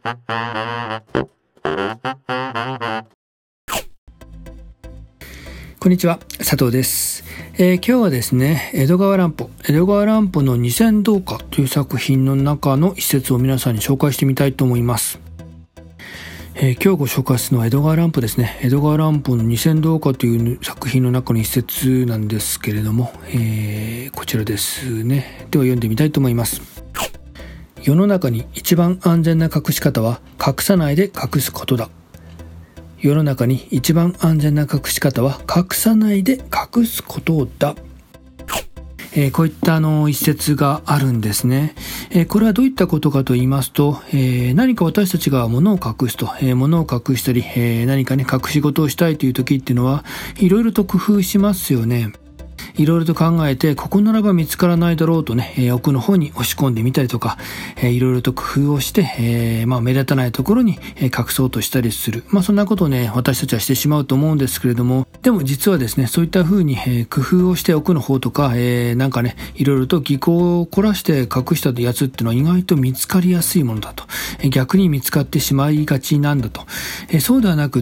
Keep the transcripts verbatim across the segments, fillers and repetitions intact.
こんにちは、佐藤です。えー、今日はですね、江戸川乱歩、江戸川乱歩の二千堂歌という作品の中の一節を皆さんに紹介してみたいと思います。えー、今日ご紹介するのは江戸川乱歩ですね。江戸川乱歩の二千堂歌という作品の中の一節なんですけれども、えー、こちらですね。では読んでみたいと思います。世の中に一番安全な隠し方は隠さないで隠すことだ。世の中に一番安全な隠し方は隠さないで隠すことだ。えー、こういったあの一節があるんですね。えー、これはどういったことかと言いますと、えー、何か私たちが物を隠すと、えー、物を隠したり、えー、何かね隠し事をしたいという時っていうのはいろいろと工夫しますよね。いろいろと考えて、ここならば見つからないだろうとね、えー、奥の方に押し込んでみたりとか、えー、いろいろと工夫をして、えー、まあ目立たないところに隠そうとしたりする。まあそんなことをね、私たちはしてしまうと思うんですけれども、でも実はですね、そういった風に、えー、工夫をして奥の方とか、えー、なんかね、いろいろと技巧を凝らして隠したやつっていうのは意外と見つかりやすいものだと。えー、逆に見つかってしまいがちなんだと。えー、そうではなくって、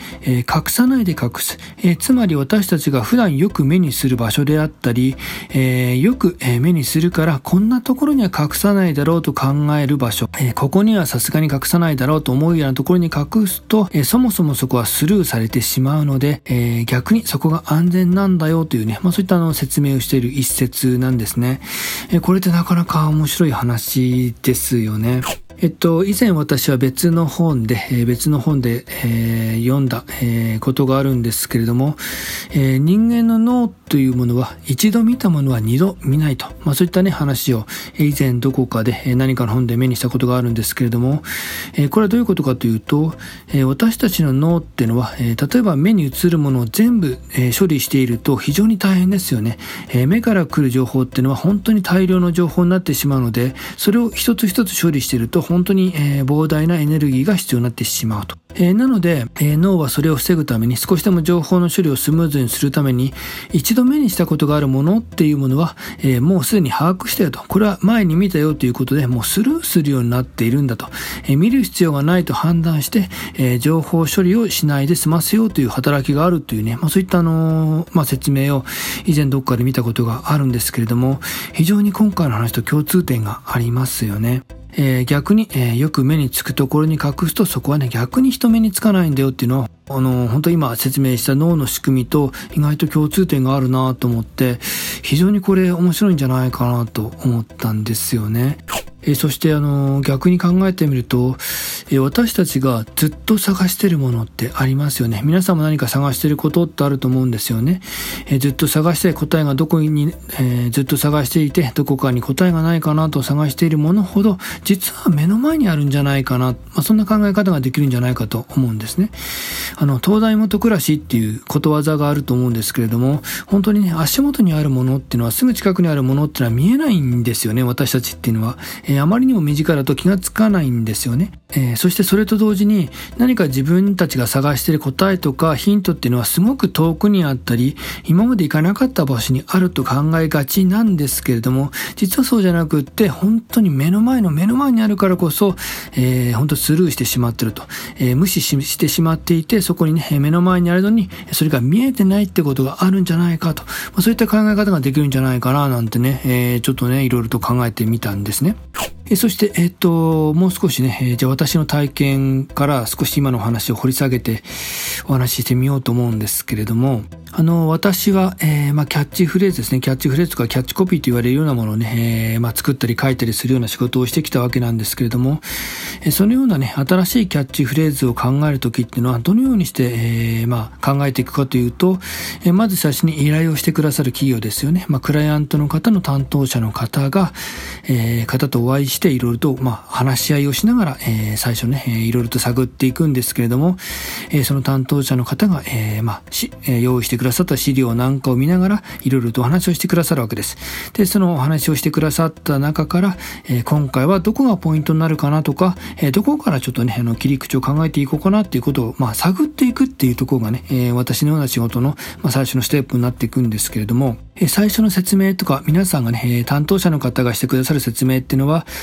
えー、隠さないで隠す。えー、つまり私たちが普段よく目にする場所であったり、えー、よく目にするからこんなところには隠さないだろうと考える場所、えー、ここにはさすがに隠さないだろうと思うようなところに隠すと、えー、そもそもそこはスルーされてしまうので、えー、逆にそこが安全なんだよというね、まあ、そういったあの説明をしている一節なんですね。えー、これってなかなか面白い話ですよね。えっと、以前私は別の本で、えー、別の本で、えー、読んだ、えー、ことがあるんですけれども、えー、人間の脳というものは一度見たものは二度見ないと。まあそういったね話を、えー、以前どこかで、えー、何かの本で目にしたことがあるんですけれども、えー、これはどういうことかというと、えー、私たちの脳っていうのは、えー、例えば目に映るものを全部、えー、処理していると非常に大変ですよね。えー、目から来る情報っていうのは本当に大量の情報になってしまうので、それを一つ一つ処理していると本当に、えー、膨大なエネルギーが必要になってしまうと。えー、なので、えー、脳はそれを防ぐために少しでも情報の処理をスムーズにするために一度目にしたことがあるものっていうものは、えー、もうすでに把握したよと。これは前に見たよということでもうスルーするようになっているんだと。えー、見る必要がないと判断して、えー、情報処理をしないで済ませようという働きがあるというね、まあ、そういったあのー、まあ、説明を以前どっかで見たことがあるんですけれども、非常に今回の話と共通点がありますよね。えー、逆に、えー、よく目につくところに隠すとそこはね逆に人目につかないんだよっていうのはあの本当今説明した脳の仕組みと意外と共通点があるなと思って非常にこれ面白いんじゃないかなと思ったんですよね。えー、そしてあの逆に考えてみると、えー、私たちがずっと探しているものってありますよね。皆さんも何か探していることってあると思うんですよね。えー、ずっと探して答えがどこに、えー、ずっと探していてどこかに答えがないかなと探しているものほど実は目の前にあるんじゃないかな、まあ、そんな考え方ができるんじゃないかと思うんですね。あの東大元暮らしっていうことわざがあると思うんですけれども、本当にね足元にあるものっていうのはすぐ近くにあるものっていうのは見えないんですよね。私たちっていうのは、えー、あまりにも身近だと気がつかないんですよね。えー、そしてそれと同時に何か自分たちが探している答えとかヒントっていうのはすごく遠くにあったり今まで行かなかった場所にあると考えがちなんですけれども、実はそうじゃなくって本当に目の前の目の前にあるからこそ、えー、本当スルーしてしまってると、えー、無視ししてしまっていてそこにね目の前にあるのにそれが見えてないってことがあるんじゃないかと、まあ、そういった考え方ができるんじゃないかななんてね、えー、ちょっとねいろいろと考えてみたんですね。えそして、えっと、もう少しね、えー、じゃあ私の体験から少し今のお話を掘り下げてお話ししてみようと思うんですけれども、あの、私は、えー、まあ、キャッチフレーズですね、キャッチフレーズとかキャッチコピーと言われるようなものをね、えー、まあ、作ったり書いたりするような仕事をしてきたわけなんですけれども、えー、そのようなね、新しいキャッチフレーズを考えるときっていうのは、どのようにして、えー、まあ、考えていくかというと、えー、まず最初に依頼をしてくださる企業ですよね。まあ、クライアントの方の担当者の方が、えー、方とお会いしていろいろと、まあ、話し合いをしながら、えー、最初ね、えー、いろいろと探っていくんですけれども、えー、その担当者の方が、えー、まあ、し、えー、用意してくださった資料なんかを見ながら、いろいろとお話をしてくださるわけです。で、そのお話をしてくださった中から、えー、今回はどこがポイントになるかなとか、えー、どこからちょっとね、あの、切り口を考えていこうかなっていうことを、まあ、探っていくっていうところがね、えー、私のような仕事の、まあ、最初のステップになっていくんですけれども、えー、最初の説明とか、皆さんがね、えー、担当者の方がしてくださる説明っていうのは、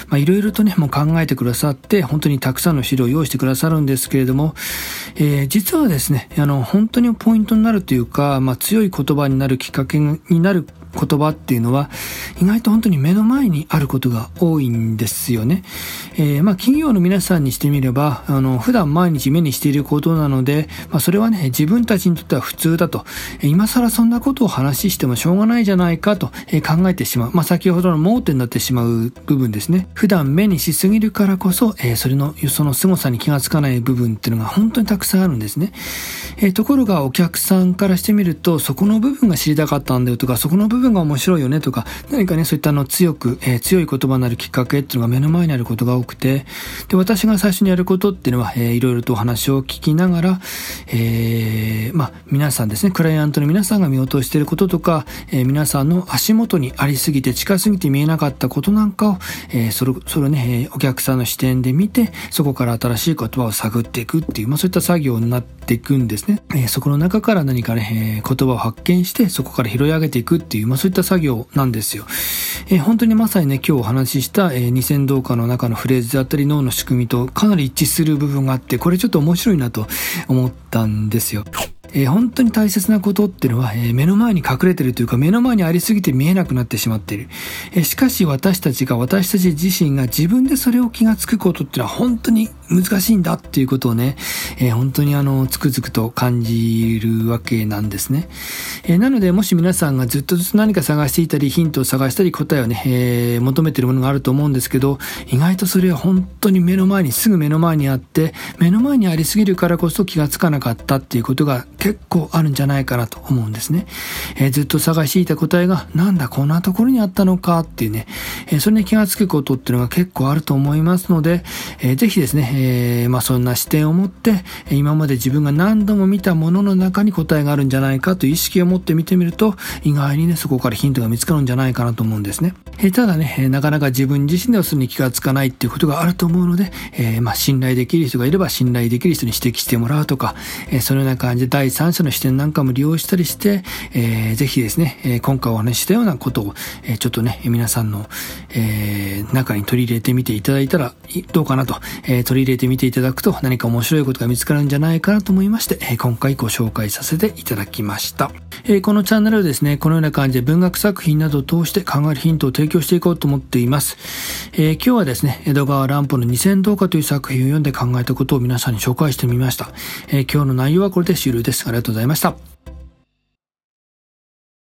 まあいろいろとね、もう考えてくださって、本当にたくさんの資料を用意してくださるんですけれども、えー、実はですね、あの、本当にポイントになるというか、まあ強い言葉になるきっかけになる言葉っていうのは意外と本当に目の前にあることが多いんですよね。えー、まあ企業の皆さんにしてみれば、あの普段毎日目にしていることなので、まあそれはね、自分たちにとっては普通だと、今更そんなことを話してもしょうがないじゃないかと考えてしまう。まあ先ほどの盲点になってしまう部分ですね。普段目にしすぎるからこそ、えー、それのその凄さに気がつかない部分っていうのが本当にたくさんあるんですね。えー、ところがお客さんからしてみると、そこの部分が知りたかったんだよとか、そこの部分が面白いよねとか、何かね、そういったあの強く、えー、強い言葉になるきっかけっていうのが目の前にあることが多くて、で、私が最初にやることっていうのは、えー、いろいろとお話を聞きながら、えー、まあ、皆さんですね、クライアントの皆さんが見落としていることとか、えー、皆さんの足元にありすぎて近すぎて見えなかったことなんかを、えー、それ、それをね、お客さんの視点で見て、そこから新しい言葉を探っていくっていう、まあ、そういった作業になっていくんですね。えー、そこの中から何かね、えー、言葉を発見して、そこから拾い上げていくっていう、まあ、そういった作業なんですよ。えー、本当にまさにね、今日お話しした、えー、二千動化の中のフレーズであったり脳の仕組みとかなり一致する部分があって、これちょっと面白いなと思ったんですよ。えー、本当に大切なことっていうのは、えー、目の前に隠れているというか、目の前にありすぎて見えなくなってしまっている。えー、しかし私たちが、私たち自身が自分でそれを気がつくことっていうのは本当に難しいんだっていうことをね、えー、本当にあの、つくづくと感じるわけなんですね。えー、なので、もし皆さんがずっとずつ何か探していたり、ヒントを探したり、答えをね、えー、求めているものがあると思うんですけど、意外とそれは本当に目の前に、すぐ目の前にあって、目の前にありすぎるからこそ気がつかなかったっていうことが結構あるんじゃないかなと思うんですね。えー、ずっと探していた答えが、なんだこんなところにあったのかっていうね、えー、それに気がつくことっていうのが結構あると思いますので、えー、ぜひですね、えー、まあそんな視点を持って、今まで自分が何度も見たものの中に答えがあるんじゃないかという意識を持って見てみると、意外にね、そこからヒントが見つかるんじゃないかなと思うんですね。えー、ただね、なかなか自分自身ではそれに気がつかないっていうことがあると思うので、えー、まあ信頼できる人がいれば信頼できる人に指摘してもらうとか、えー、そのような感じで第三者の視点なんかも利用したりして、えー、ぜひですね、えー、今回お話ししたようなことを、えー、ちょっとね、皆さんの、えー、中に取り入れてみていただいたらどうかなと、えー、取り入れてみていただくと何か面白いことが見つかるんじゃないかなと思いまして、えー、今回ご紹介させていただきました。えー、このチャンネルはですね、このような感じで文学作品などを通して考えるヒントを提供していこうと思っています。えー、今日はですね、江戸川乱歩の二千動化という作品を読んで考えたことを皆さんに紹介してみました。えー、今日の内容はこれで終了です。ありがとうございました。